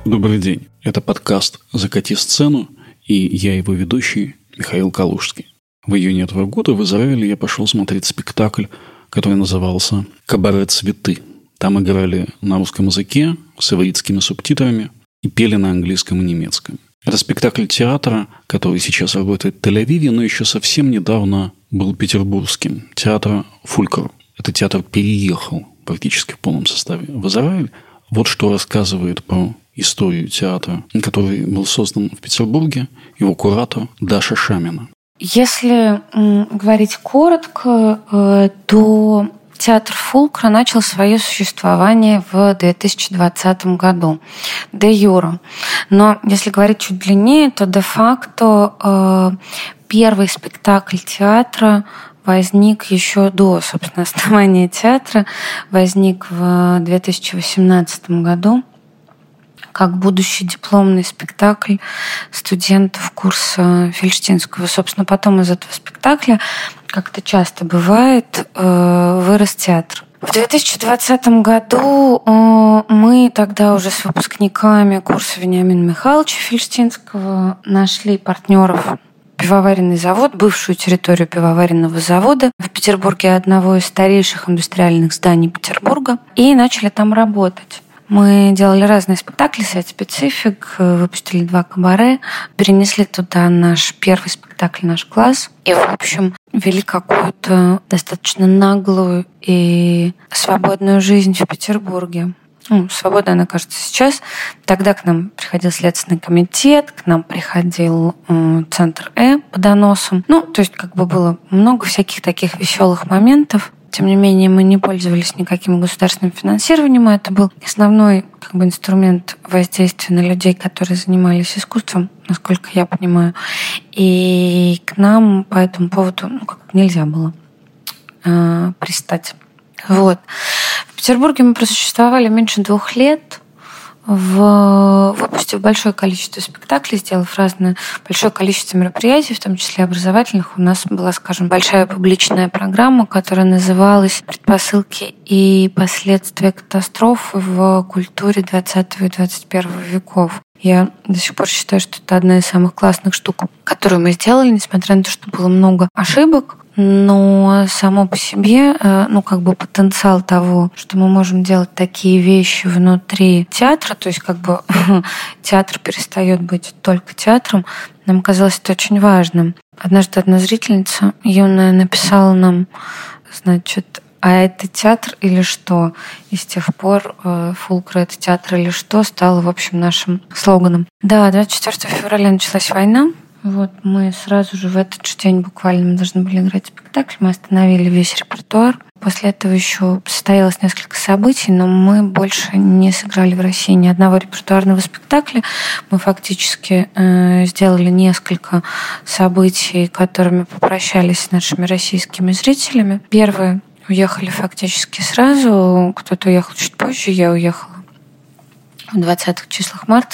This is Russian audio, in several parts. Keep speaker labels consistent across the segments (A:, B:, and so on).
A: Добрый день. Это подкаст «Закати сцену», и я его ведущий Михаил Калужский. В июне этого года в Израиле я пошел смотреть спектакль, который назывался «Кабаре цветы». Там играли на русском языке с ивритскими субтитрами и пели на английском и немецком. Это спектакль театра, который сейчас работает в Тель-Авиве, но еще совсем недавно был петербургским. Театр «Фулькр». Этот театр переехал практически в полном составе в Израиль. Вот что рассказывает про историю театра, который был создан в Петербурге, его куратор Даша Шамина.
B: Если говорить коротко, то театр Фулкра начал свое существование в 2020 году, де юре. Но если говорить чуть длиннее, то де-факто первый спектакль театра возник еще до, собственно, основания театра, возник в 2018 году как будущий дипломный спектакль студентов курса Фельштинского. Собственно, потом из этого спектакля, как это часто бывает, вырос театр. В 2020 году мы тогда уже с выпускниками курса Вениамина Михайловича Фельштинского нашли партнеров. Пивоваренный завод, бывшую территорию пивоваренного завода в Петербурге, одного из старейших индустриальных зданий Петербурга, и начали там работать. Мы делали разные спектакли, сайт-специфик, выпустили 2 кабаре, перенесли туда наш первый спектакль «Наш класс» и, в общем, вели какую-то достаточно наглую и свободную жизнь в Петербурге. Свободно она кажется сейчас. Тогда к нам приходил Следственный комитет, к нам приходил Центр по доносам. То есть было много всяких таких веселых моментов. Тем не менее, мы не пользовались никаким государственным финансированием. Это был основной инструмент воздействия на людей, которые занимались искусством, насколько я понимаю. И к нам по этому поводу нельзя было пристать. Вот. В Петербурге мы просуществовали меньше 2 лет, выпустив большое количество спектаклей, сделав большое количество мероприятий, в том числе образовательных. У нас была, большая публичная программа, которая называлась «Предпосылки и последствия катастрофы в культуре 20 и 21 веков». Я до сих пор считаю, что это одна из самых классных штук, которую мы сделали, несмотря на то, что было много ошибок. Но само по себе, потенциал того, что мы можем делать такие вещи внутри театра, то есть театр перестает быть только театром, нам казалось это очень важным. Однажды одна зрительница юная написала нам, а это театр или что? И с тех пор Фулкра — это театр или что стало, в общем, нашим слоганом. Да, 24 февраля началась война. Мы сразу же в этот же день буквально должны были играть спектакль. Мы остановили весь репертуар. После этого еще состоялось несколько событий, но мы больше не сыграли в России ни одного репертуарного спектакля. Мы фактически сделали несколько событий, которыми попрощались с нашими российскими зрителями. Первые уехали фактически сразу, кто-то уехал чуть позже. Я уехала в 20-х числах марта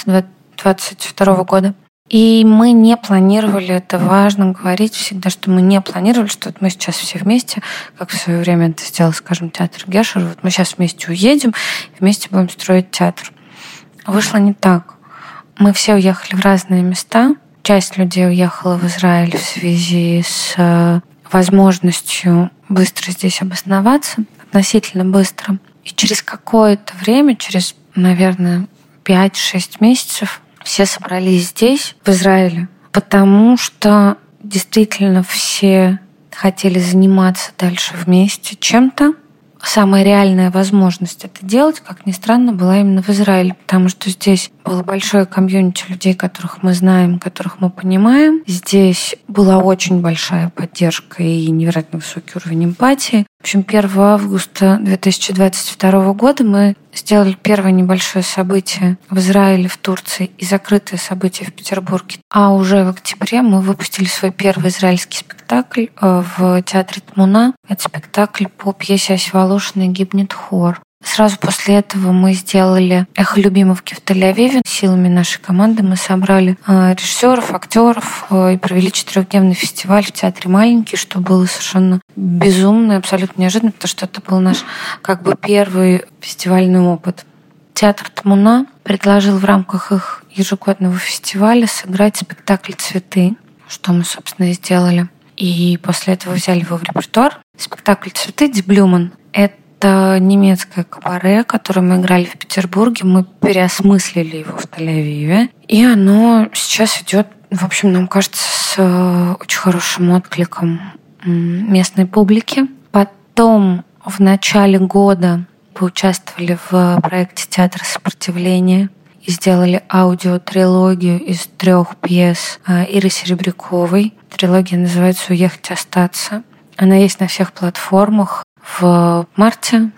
B: 2022 года. И мы не планировали, это важно говорить всегда, что мы не планировали, что мы сейчас все вместе, как в свое время это сделал, театр Гешер, мы сейчас вместе уедем, вместе будем строить театр. Вышло не так. Мы все уехали в разные места. Часть людей уехала в Израиль в связи с возможностью быстро здесь обосноваться, относительно быстро. И через какое-то время, через, наверное, 5-6 месяцев, все собрались здесь, в Израиле, потому что действительно все хотели заниматься дальше вместе чем-то. Самая реальная возможность это делать, как ни странно, была именно в Израиле, потому что здесь было большое комьюнити людей, которых мы знаем, которых мы понимаем. Здесь была очень большая поддержка и невероятно высокий уровень эмпатии. В общем, 1 августа 2022 года мы сделали первое небольшое событие в Израиле, в Турции и закрытое событие в Петербурге. А уже в октябре мы выпустили свой первый израильский спектакль в театре Тмуна. Это спектакль по пьесе Аси Волошиной «Гибнет хор». Сразу после этого мы сделали «Эхо Любимовки» в Тель-Авиве. Силами нашей команды мы собрали режиссеров, актеров и провели 4-дневный фестиваль в театре «Маленький», что было совершенно безумно и абсолютно неожиданно, потому что это был наш первый фестивальный опыт. Театр Тмуна предложил в рамках их ежегодного фестиваля сыграть спектакль «Цветы», что мы, собственно, и сделали. И после этого взяли его в репертуар. Спектакль «Цветы» Ди Блюман — это немецкое кабаре, которое мы играли в Петербурге. Мы переосмыслили его в Тель-Авиве. И оно сейчас идет, в общем, нам кажется, с очень хорошим откликом местной публики. Потом в начале года поучаствовали в проекте «Театр сопротивления» и сделали аудиотрилогию из 3 пьес Иры Серебряковой. Трилогия называется «Уехать, остаться». Она есть на всех платформах. В марте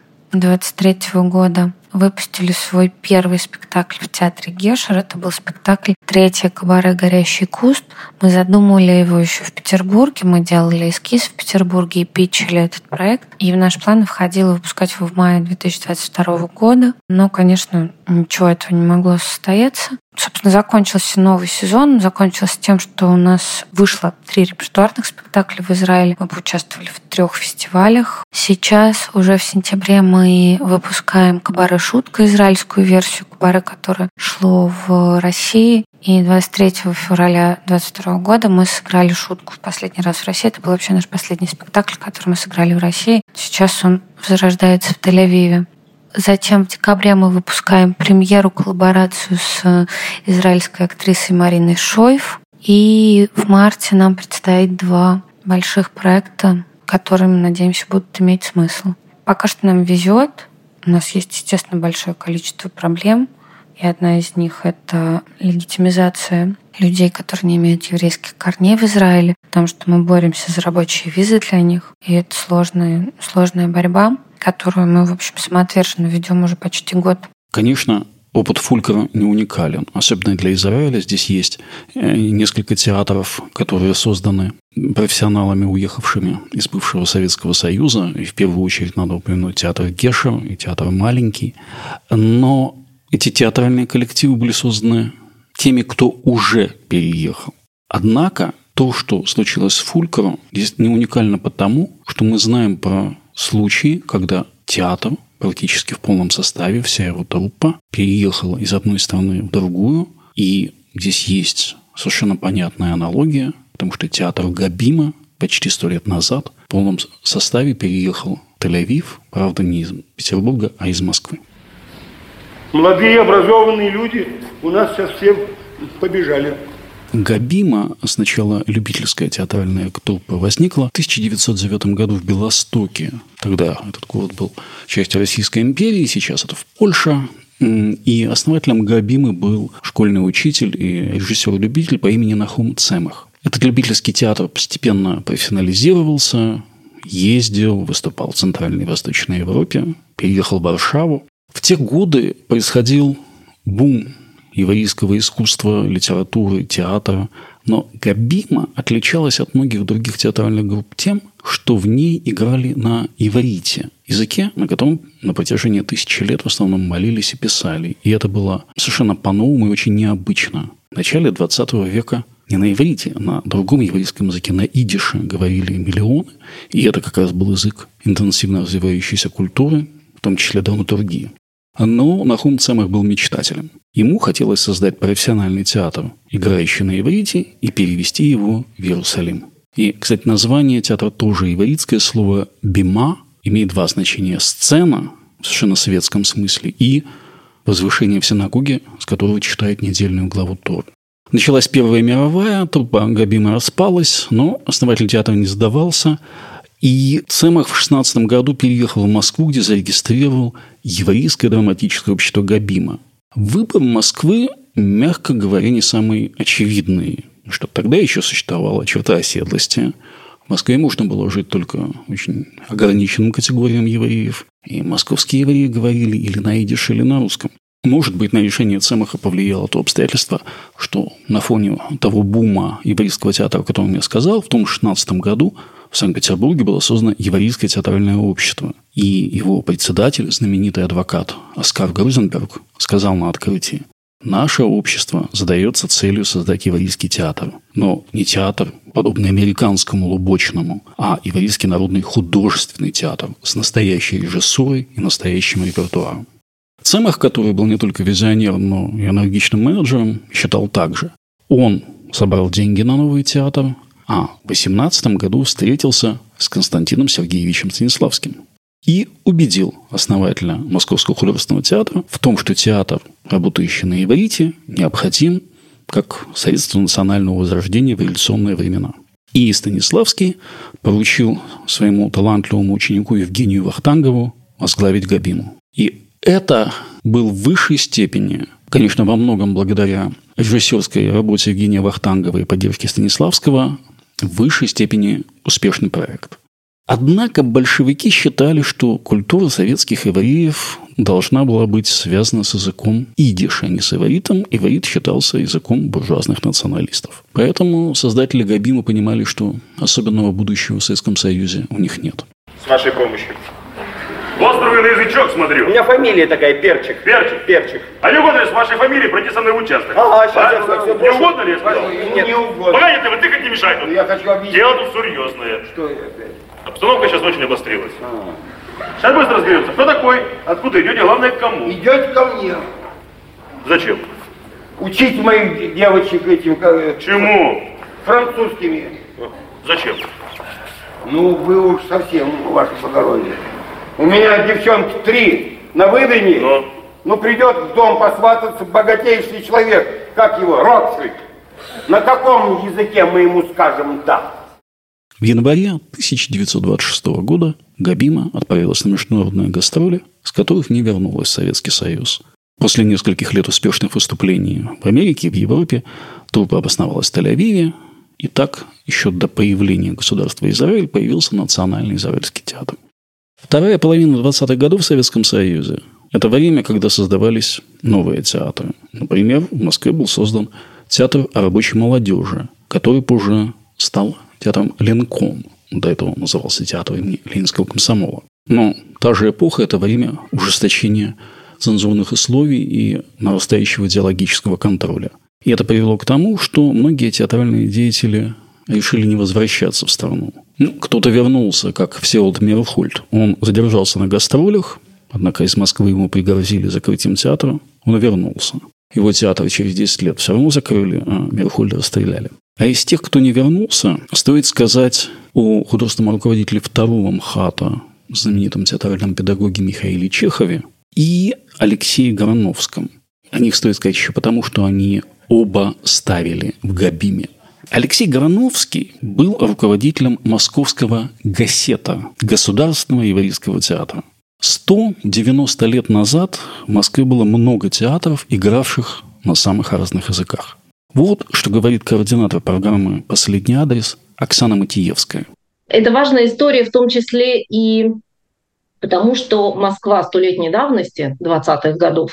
B: 2023 года выпустили свой первый спектакль в театре Гешер. Это был спектакль «Третье кабаре «Горящий куст». Мы задумывали его еще в Петербурге. Мы делали эскиз в Петербурге и питчили этот проект. И в наш план входило выпускать его в мае 2022 года. Но, конечно, ничего этого не могло состояться. Собственно, закончился новый сезон. Закончился тем, что у нас вышло 3 репертуарных спектакля в Израиле. Мы поучаствовали в 3 фестивалях. Сейчас, уже в сентябре, мы выпускаем «Кабаре Шутка», израильскую версию кабаре, которое шло в России. И 23 февраля 2022 года мы сыграли «Шутку» в последний раз в России. Это был вообще наш последний спектакль, который мы сыграли в России. Сейчас он возрождается в Тель-Авиве. Затем в декабре мы выпускаем премьеру, коллаборацию с израильской актрисой Мариной Шойф. И в марте нам предстоит 2 больших проекта, которые, мы надеемся, будут иметь смысл. Пока что нам везет. У нас есть, естественно, большое количество проблем. И одна из них — это легитимизация людей, которые не имеют еврейских корней в Израиле, потому что мы боремся за рабочие визы для них. И это сложная борьба, которую мы, в общем, самоотверженно ведем уже почти год.
A: Конечно, опыт Фулькера не уникален, особенно для Израиля. Здесь есть несколько театров, которые созданы профессионалами, уехавшими из бывшего Советского Союза. И в первую очередь надо упомянуть театр Гешер и театр Маленький. Но эти театральные коллективы были созданы теми, кто уже переехал. Однако то, что случилось с Фулькером, здесь не уникально потому, что мы знаем про случаи, когда театр практически в полном составе, вся его труппа переехала из одной страны в другую. И здесь есть совершенно понятная аналогия, потому что театр Габима почти 100 лет назад в полном составе переехал в Тель-Авив, правда, не из Петербурга, а из Москвы.
C: Молодые образованные люди у нас сейчас все побежали.
A: Габима, сначала любительская театральная труппа, возникла в 1909 году в Белостоке. Тогда этот город был частью Российской империи, сейчас это в Польше. И основателем Габимы был школьный учитель и режиссер-любитель по имени Нахум Цемах. Этот любительский театр постепенно профессионализировался, ездил, выступал в Центральной и Восточной Европе, переехал в Варшаву. В те годы происходил бум еврейского искусства, литературы, театра. Но Габима отличалась от многих других театральных групп тем, что в ней играли на иврите, языке, на котором на протяжении 1000 лет в основном молились и писали. И это было совершенно по-новому и очень необычно. В начале 20 века не на иврите, а на другом еврейском языке, на идише говорили миллионы. И это как раз был язык интенсивно развивающейся культуры, в том числе драматургии. Но Нахум Цемах был мечтателем. Ему хотелось создать профессиональный театр, играющий на иврите, и перевести его в Иерусалим. И, кстати, название театра тоже ивритское. Слово «бима» имеет 2 значения: сцена, в совершенно светском смысле, и возвышение в синагоге, с которого читают недельную главу Торы. Началась Первая мировая, труппа Габима распалась, но основатель театра не сдавался. И Цемах в 16 году переехал в Москву, где зарегистрировал еврейское драматическое общество Габима. Выбор Москвы, мягко говоря, не самый очевидный, что тогда еще существовала черта оседлости. В Москве можно было жить только очень ограниченным категориям евреев. И московские евреи говорили или на идише, или на русском. Может быть, на решение Цемаха повлияло то обстоятельство, что на фоне того бума еврейского театра, о котором я сказал, в том 16 году в Санкт-Петербурге было создано еврейское театральное общество. И его председатель, знаменитый адвокат Оскар Грузенберг, сказал на открытии: «Наше общество задается целью создать еврейский театр. Но не театр, подобный американскому лубочному, а еврейский народный художественный театр с настоящей режиссурой и настоящим репертуаром». Цемах, который был не только визионером, но и энергичным менеджером, считал так же. Он собрал деньги на новый театр, а в 18 году встретился с Константином Сергеевичем Станиславским и убедил основателя Московского художественного театра в том, что театр, работающий на иврите, необходим как средство национального возрождения в революционные времена. И Станиславский поручил своему талантливому ученику Евгению Вахтангову возглавить Габиму. И это был в высшей степени, конечно, во многом благодаря режиссерской работе Евгения Вахтангова и поддержке Станиславского, в высшей степени успешный проект. Однако большевики считали, что культура советских евреев должна была быть связана с языком идиш, а не с ивритом. Иврит считался языком буржуазных националистов. Поэтому создатели Габима понимали, что особенного будущего в Советском Союзе у них нет.
D: С вашей помощью. Острый на язычок смотрю.
E: У меня фамилия такая, Перчик.
D: Перчик?
E: Перчик.
D: А не угодно ли с вашей фамилией пройти со мной в участок?
E: Сейчас я все
D: Не угодно ли, я сказал?
E: Нет, не угодно.
D: Погоди, ты хоть не мешай тут.
E: Я хочу объяснить.
D: Дело тут серьезное.
E: Что опять?
D: Обстановка сейчас очень обострилась. Сейчас быстро разберемся. Кто такой? Откуда идете? Главное, к кому?
E: Идете ко мне.
D: Зачем?
E: Учить моих девочек этим...
D: Чему?
E: Французскими.
D: Зачем?
E: Ну, вы уж совсем, ваше благородие. У меня девчонки 3 на выданье. Ну, придет в дом посвататься богатейший человек. Как его? Ротшильд. На каком языке мы ему скажем «да»?
A: В январе 1926 года Габима отправилась на международные гастроли, с которых не вернулась в Советский Союз. После нескольких лет успешных выступлений в Америке и в Европе труппа обосновалась в Тель-Авиве, и так еще до появления государства Израиль появился Национальный израильский театр. Вторая половина 20-х годов в Советском Союзе – это время, когда создавались новые театры. Например, в Москве был создан театр рабочей молодежи, который позже стал театром Ленком. До этого он назывался театр имени Ленинского комсомола. Но та же эпоха – это время ужесточения цензурных условий и нарастающего идеологического контроля. И это привело к тому, что многие театральные деятели решили не возвращаться в страну. Кто-то вернулся, как Всеволод Мейерхольд. Он задержался на гастролях, однако из Москвы ему пригрозили закрытием театра. Он вернулся. Его театр через 10 лет все равно закрыли, а Мейерхольда расстреляли. А из тех, кто не вернулся, стоит сказать о художественном руководителе второго МХАТа, знаменитом театральном педагоге Михаиле Чехове, и Алексее Грановском. О них стоит сказать еще потому, что они оба ставили в Габиме. Алексей Грановский был руководителем московского ГАСЕТа, Государственного еврейского театра. 190 лет назад в Москве было много театров, игравших на самых разных языках. Вот что говорит координатор программы «Последний адрес» Оксана Матиевская.
F: Это важная история в том числе и потому, что Москва столетней давности, 20-х годов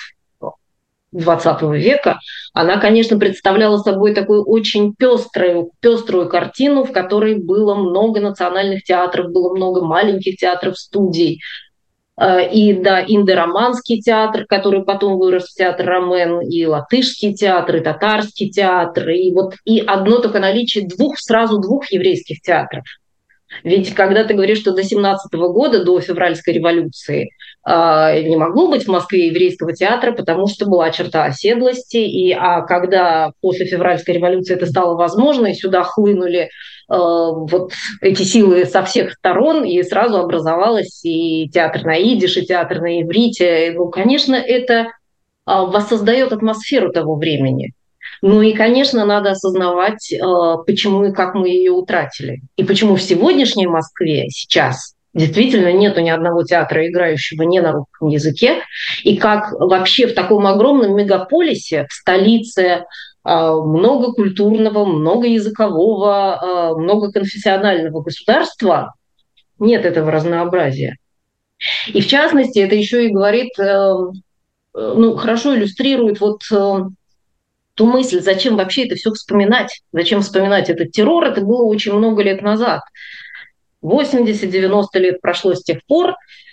F: 20 века, она, конечно, представляла собой такую очень пеструю картину, в которой было много национальных театров, было много маленьких театров, студий. И да, индороманский театр, который потом вырос в театр Ромен, и латышский театр, и татарский театр, и одно только наличие сразу двух еврейских театров. Ведь когда ты говоришь, что до 17-го года, до февральской революции, не могло быть в Москве еврейского театра, потому что была черта оседлости, а когда после февральской революции это стало возможно, и сюда хлынули вот эти силы со всех сторон, и сразу образовалась и театр на идиш, и театр на иврите. Ну, конечно, это воссоздает атмосферу того времени. Ну и, конечно, надо осознавать, почему и как мы ее утратили. И почему в сегодняшней Москве сейчас действительно нету ни одного театра, играющего не на русском языке. И как вообще в таком огромном мегаполисе, в столице многокультурного, многоязыкового, многоконфессионального государства нет этого разнообразия. И в частности, это еще и говорит, хорошо иллюстрирует ту мысль, зачем вообще это все вспоминать, зачем вспоминать этот террор, это было очень много лет назад. 80-90 лет прошло с тех пор,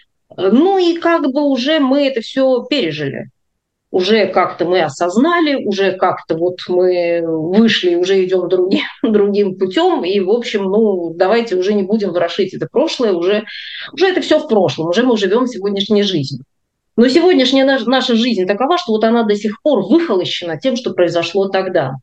F: и как бы уже мы это все пережили. Уже как-то мы осознали, уже как-то мы вышли, уже идем другим путем, и, в общем, давайте уже не будем ворошить это прошлое, уже это все в прошлом, уже мы живем сегодняшней жизнью. Но сегодняшняя наша жизнь такова, что вот она до сих пор выхолощена тем, что произошло тогда.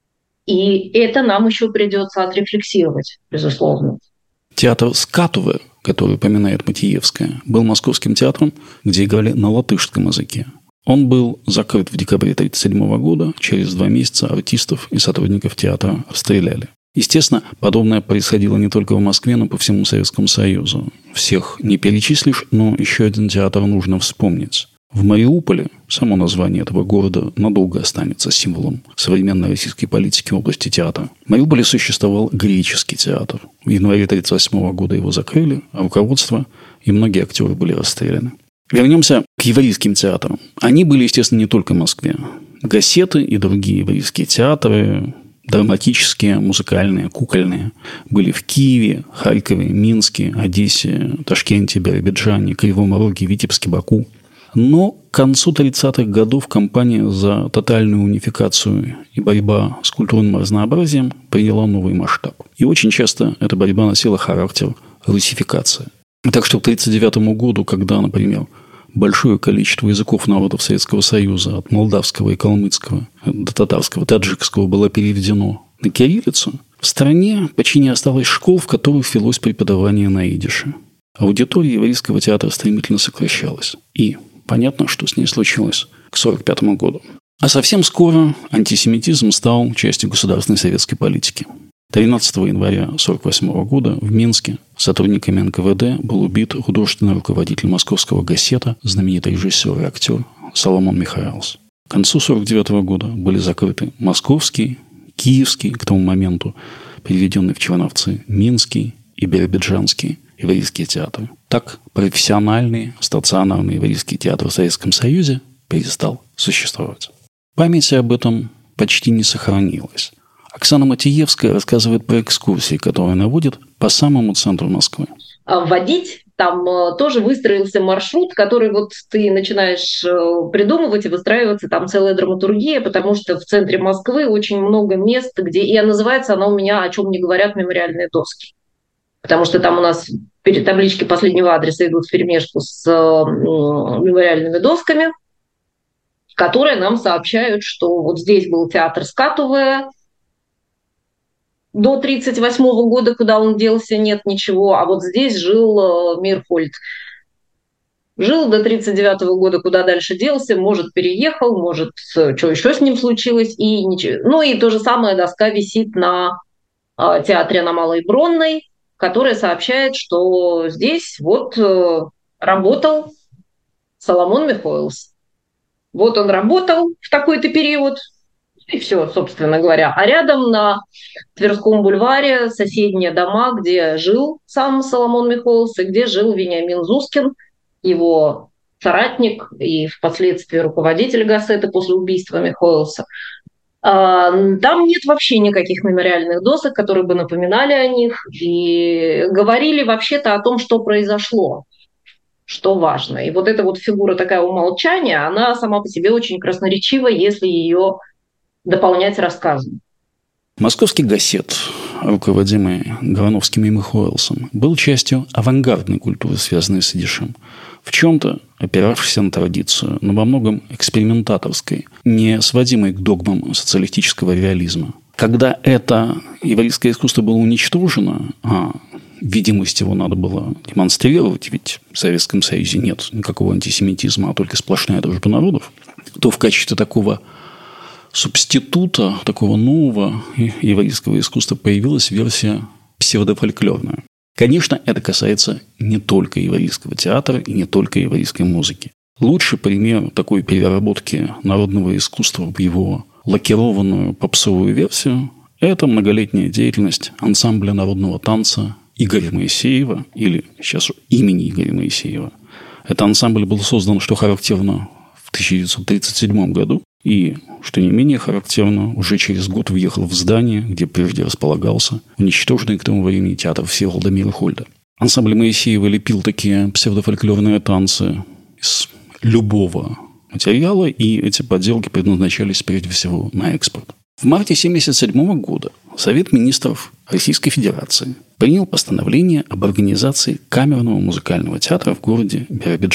F: И это нам еще придется отрефлексировать, безусловно.
A: Театр Скатове, который упоминает Матиевская, был московским театром, где играли на латышском языке. Он был закрыт в декабре 1937 года. Через 2 месяца артистов и сотрудников театра расстреляли. Естественно, подобное происходило не только в Москве, но и по всему Советскому Союзу. Всех не перечислишь, но еще один театр нужно вспомнить. В Мариуполе само название этого города надолго останется символом современной российской политики в области театра. В Мариуполе существовал греческий театр. В январе 1938 года его закрыли, а руководство и многие актеры были расстреляны. Вернемся к еврейским театрам. Они были, естественно, не только в Москве. Гассеты и другие еврейские театры, драматические, музыкальные, кукольные, были в Киеве, Харькове, Минске, Одессе, Ташкенте, Биробиджане, Кривом Роге, Витебске, Баку. Но к концу 30-х годов кампания за тотальную унификацию и борьба с культурным разнообразием приняла новый масштаб. И очень часто эта борьба носила характер русификации. Так что к 1939 году, когда, например, большое количество языков народов Советского Союза, от молдавского и калмыцкого до татарского, таджикского, было переведено на кириллицу, в стране почти не осталось школ, в которых велось преподавание на идише. Аудитория еврейского театра стремительно сокращалась. И понятно, что с ней случилось к 1945 году. А совсем скоро антисемитизм стал частью государственной советской политики. 13 января 1948 года в Минске сотрудниками НКВД был убит художественный руководитель московского «Гассета», знаменитый режиссер и актер Соломон Михайлс. К концу 1949 года были закрыты московский, киевский, к тому моменту переведенный в Чвановцы, Минский и Биробиджанский еврейские театры. Так профессиональный стационарный еврейский театр в Советском Союзе перестал существовать. Память об этом почти не сохранилась. Оксана Матиевская рассказывает про экскурсии, которые она водит по самому центру Москвы.
F: Водить там тоже выстроился маршрут, который вот ты начинаешь придумывать и выстраиваться, там целая драматургия, потому что в центре Москвы очень много мест, где, и называется она у меня «О чем не говорят мемориальные доски». Потому что там у нас таблички последнего адреса идут вперемешку с мемориальными досками, которые нам сообщают, что вот здесь был театр Скатове, до 1938 года, куда он делся, нет ничего, а вот здесь жил Мирхольд. Жил до 1939 года, куда дальше делся, может, переехал, может, что еще с ним случилось, и ничего. Ну и то же самое доска висит на театре на Малой Бронной, которая сообщает, что здесь вот работал Соломон Михайлс. Вот он работал в такой-то период, и все, собственно говоря. А рядом на Тверском бульваре соседние дома, где жил сам Соломон Михайлс и где жил Вениамин Зускин, его соратник и впоследствии руководитель Гассеты после убийства Михайлса. Там нет вообще никаких мемориальных досок, которые бы напоминали о них и говорили вообще-то о том, что произошло, что важно. И вот эта вот фигура такая умолчания, она сама по себе очень красноречива, если ее дополнять рассказом.
A: Московский «Гассет», руководимый Грановским и Михайлсом, был частью авангардной культуры, связанной с идишем. В чем-то опиравшейся на традицию, но во многом экспериментаторской, не сводимой к догмам социалистического реализма. Когда это еврейское искусство было уничтожено, а видимость его надо было демонстрировать, ведь в Советском Союзе нет никакого антисемитизма, а только сплошная дружба народов, то в качестве такого субститута, такого нового еврейского искусства появилась версия псевдофольклорная. Конечно, это касается не только еврейского театра и не только еврейской музыки. Лучший пример такой переработки народного искусства в его лакированную попсовую версию – это многолетняя деятельность ансамбля народного танца Игоря Моисеева, или сейчас имени Игоря Моисеева. Этот ансамбль был создан, что характерно, в 1937 году, и, что не менее характерно, уже через год въехал в здание, где прежде располагался уничтоженный к тому времени театр Всеволода Мирхольда. Ансамбль Моисеева лепил такие псевдофольклорные танцы из любого материала, и эти подделки предназначались прежде всего на экспорт. В марте 1977 года Совет министров Российской Федерации принял постановление об организации камерного музыкального театра в городе Биробиджане.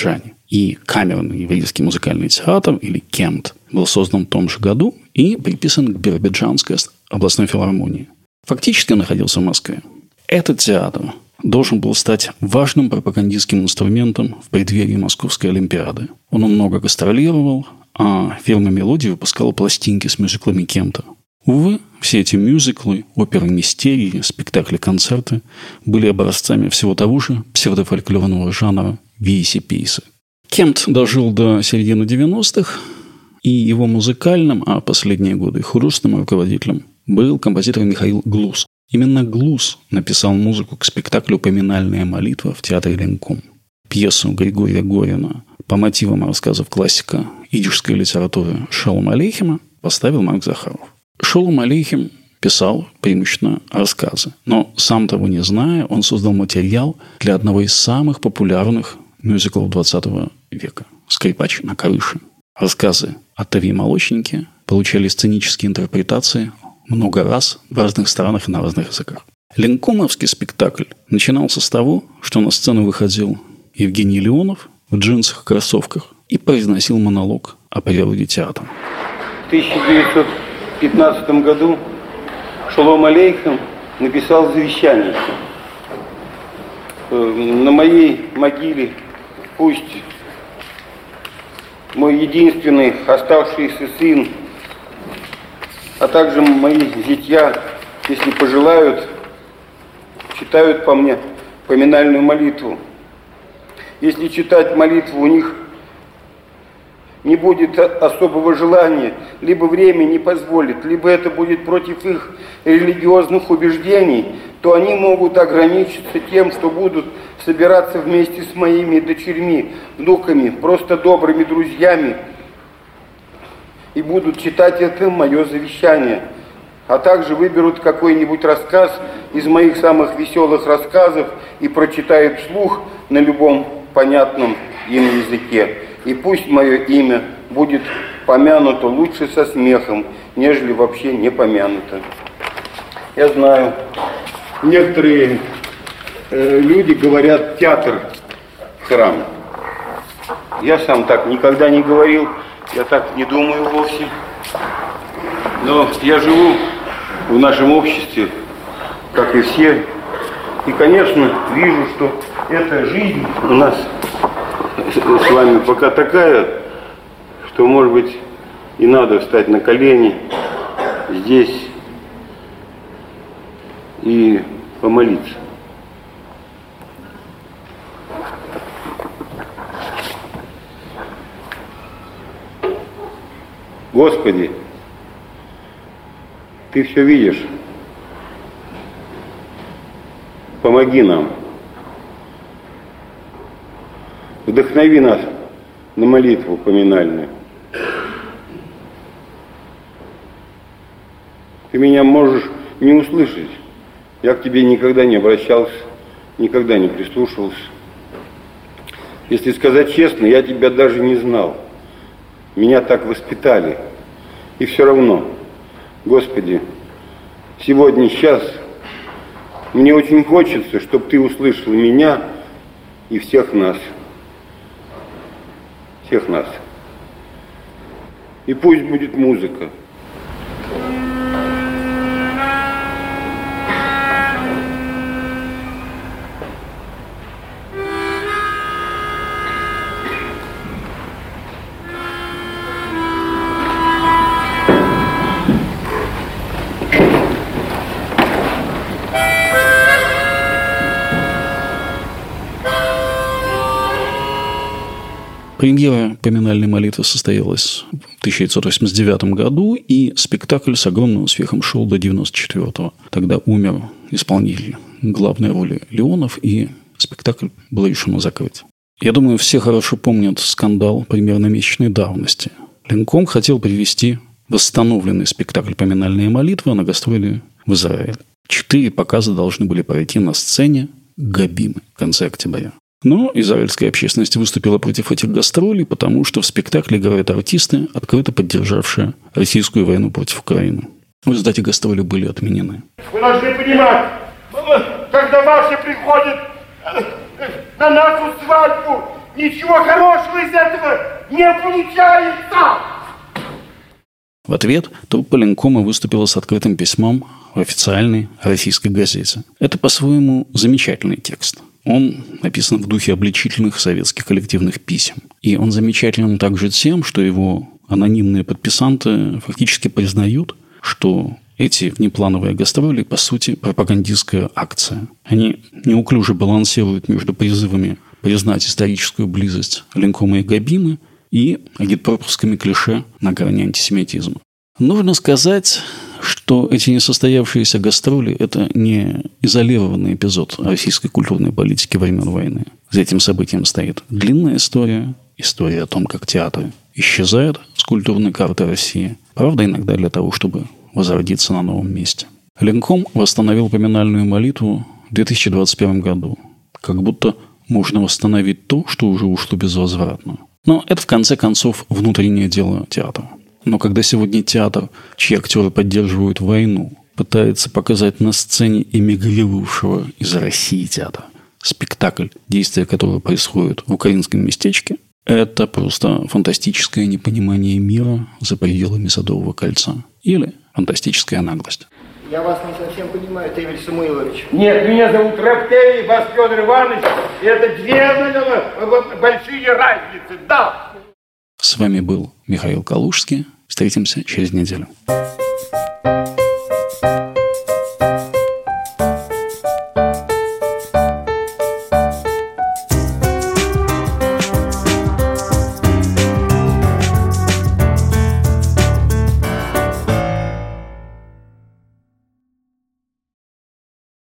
A: И камерный еврейский музыкальный театр, или КЕМТ, был создан в том же году и приписан к Биробиджанской областной филармонии. Фактически находился в Москве. Этот театр должен был стать важным пропагандистским инструментом в преддверии Московской Олимпиады. Он много гастролировал, а фирма «Мелодия» выпускала пластинки с мюзиклами КЕМТа. Увы, все эти мюзиклы, оперы, мистерии, спектакли, концерты были образцами всего того же псевдофольклорного жанра вейси-пейсы. КЕМТ дожил до середины 90-х, и его музыкальным, а последние годы художественным руководителем был композитор Михаил Глус. Именно Глус написал музыку к спектаклю «Поминальная молитва» в театре Ленком. Пьесу Григория Горина по мотивам рассказов классика идишской литературы Шолома Алейхема поставил Марк Захаров. Шолом Алейхем писал преимущественно рассказы, но, сам того не зная, он создал материал для одного из самых популярных мюзиклов 20 века «Скрипач на крыше». Рассказы о Таве и Молочнике получали сценические интерпретации много раз в разных странах и на разных языках. Ленкомовский спектакль начинался с того, что на сцену выходил Евгений Леонов в джинсах и кроссовках и произносил монолог о природе театра.
E: В 1915 году Шолом Алейхем написал завещание. На моей могиле пусть мой единственный оставшийся сын, а также мои зятья, если пожелают, читают по мне поминальную молитву. Если читать молитву у них не будет особого желания, либо время не позволит, либо это будет против их религиозных убеждений, то они могут ограничиться тем, что будут собираться вместе с моими дочерьми, внуками, просто добрыми друзьями, и будут читать это мое завещание. А также выберут какой-нибудь рассказ из моих самых веселых рассказов и прочитают вслух на любом понятном им языке. И пусть мое имя будет помянуто лучше со смехом, нежели вообще не помянуто. Я знаю, некоторые люди говорят «театр, храм». Я сам так никогда не говорил, я так не думаю вовсе. Но я живу в нашем обществе, как и все. И, конечно, вижу, что эта жизнь у нас с вами пока такая, что, может быть, и надо встать на колени здесь и помолиться. Господи, Ты все видишь. Помоги нам. Вдохнови нас на молитву поминальную. Ты меня можешь не услышать. Я к тебе никогда не обращался, никогда не прислушивался. Если сказать честно, я тебя даже не знал. Меня так воспитали. И все равно, Господи, сегодня, сейчас, мне очень хочется, чтобы Ты услышал меня и всех нас. Всех нас. И пусть будет музыка.
A: Премьера поминальной молитвы состоялась в 1989 году, и спектакль с огромным успехом шел до 1994-го. Тогда умер исполнитель главной роли Леонов, и спектакль было решено закрыть. Я думаю, все хорошо помнят скандал примерно месячной давности. Ленком хотел привести восстановленный спектакль «Поминальная молитва» на гастроли в Израиль. 4 показа должны были пройти на сцене Габимы в конце октября. Но израильская общественность выступила против этих гастролей, потому что в спектакле играют артисты, открыто поддержавшие российскую войну против Украины. В результате гастроли были отменены.
C: Вы должны понимать, когда Маша приходит на нашу свадьбу, ничего хорошего из этого не получается.
A: В ответ труппа Ленкома выступила с открытым письмом в официальной российской газете. Это по-своему замечательный текст. Он написан в духе обличительных советских коллективных писем. И он замечателен также тем, что его анонимные подписанты фактически признают, что эти внеплановые гастроли, по сути, пропагандистская акция. Они неуклюже балансируют между призывами признать историческую близость Ленкома и Габины и агитпропусками клише на грани антисемитизма. Нужно сказать, что эти несостоявшиеся гастроли – это не изолированный эпизод российской культурной политики времен войны. За этим событием стоит длинная история о том, как театр исчезает с культурной карты России. Правда, иногда для того, чтобы возродиться на новом месте. Ленком восстановил поминальную молитву в 2021 году. Как будто можно восстановить то, что уже ушло безвозвратно. Но это, в конце концов, внутреннее дело театра. Но когда сегодня театр, чьи актеры поддерживают войну, пытается показать на сцене эмигрировавшего из России театра спектакль, действие которого происходит в украинском местечке, это просто фантастическое непонимание мира за пределами Садового кольца. Или фантастическая наглость.
C: Я вас не совсем понимаю, Тевель Самуилович.
E: Нет, меня зовут Раптевий, вас Федор Иванович. И это две большие разницы, да.
A: С вами был Михаил Калужский. Встретимся через неделю.